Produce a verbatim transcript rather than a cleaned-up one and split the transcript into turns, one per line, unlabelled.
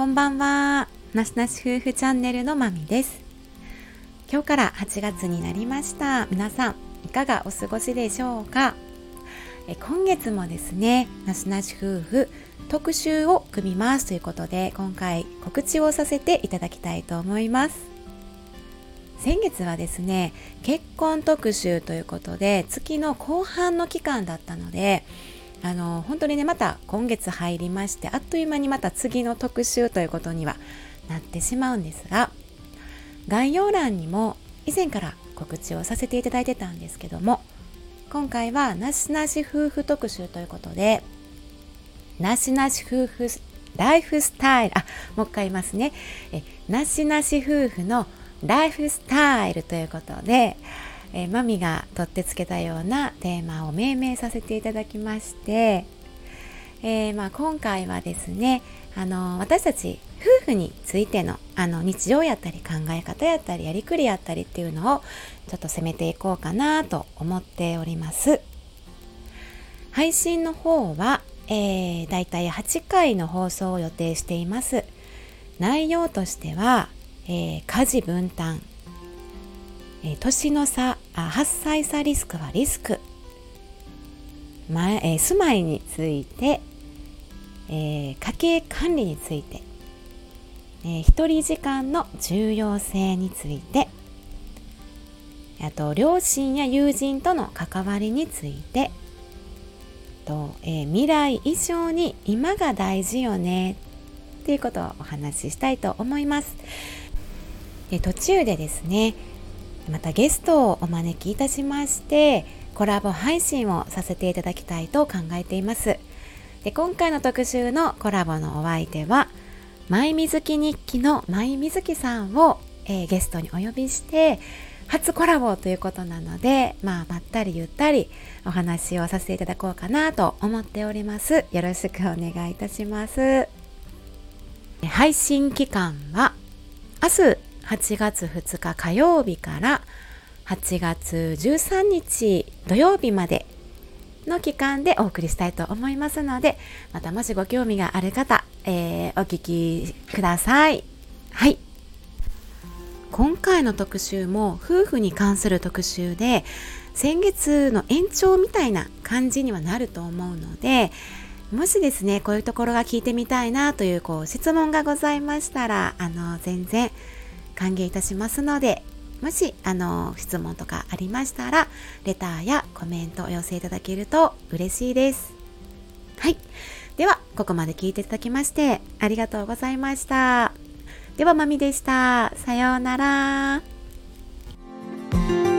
こんばんは。なしなし夫婦チャンネルのまみです。今日からはちがつになりました。皆さんいかがお過ごしでしょうか。え今月もですね、なしなし夫婦特集を組みますということで、今回告知をさせていただきたいと思います。先月はですね、結婚特集ということで、月の後半の期間だったので、あの本当にね、また今月入りまして、あっという間にまた次の特集ということにはなってしまうんですが、概要欄にも以前から告知をさせていただいてたんですけども、今回はなしなし夫婦特集ということで、なしなし夫婦ライフスタイル、あ、もう一回言いますね。えなしなし夫婦のライフスタイルということで、えマミが取ってつけたようなテーマを命名させていただきまして、えーまあ、今回はですね、あの私たち夫婦についての、あの日常やったり考え方やったりやりくりやったりっていうのをちょっと攻めていこうかなと思っております。配信の方は、えー、だいたいはちかいの放送を予定しています。内容としては、えー、家事分担、えー、年の差あはっさい差リスクはリスク、まえー、住まいについて、えー、家計管理について、えー、一人時間の重要性について、あと両親や友人との関わりについてと、えー、未来以上に今が大事よねっていうことをお話ししたいと思います。で途中でですね、またゲストをお招きいたしましてコラボ配信をさせていただきたいと考えています。で今回の特集のコラボのお相手はマイみずき日記のマイみずきさんを、えー、ゲストにお呼びして初コラボということなので、まあまったりゆったりお話をさせていただこうかなと思っております。よろしくお願いいたします。配信期間は明日はちがつふつか火曜日からはちがつじゅうさんにち土曜日までの期間でお送りしたいと思いますので、またもしご興味がある方、えー、お聞きください。はい。今回の特集も夫婦に関する特集で、先月の延長みたいな感じにはなると思うので、もしですね、こういうところが聞いてみたいなという、こう質問がございましたら、あの全然歓迎いたしますので、もしあの質問とかありましたらレターやコメントをお寄せいただけると嬉しいです。はい、ではここまで聞いていただきましてありがとうございました。ではまみでした。さようなら。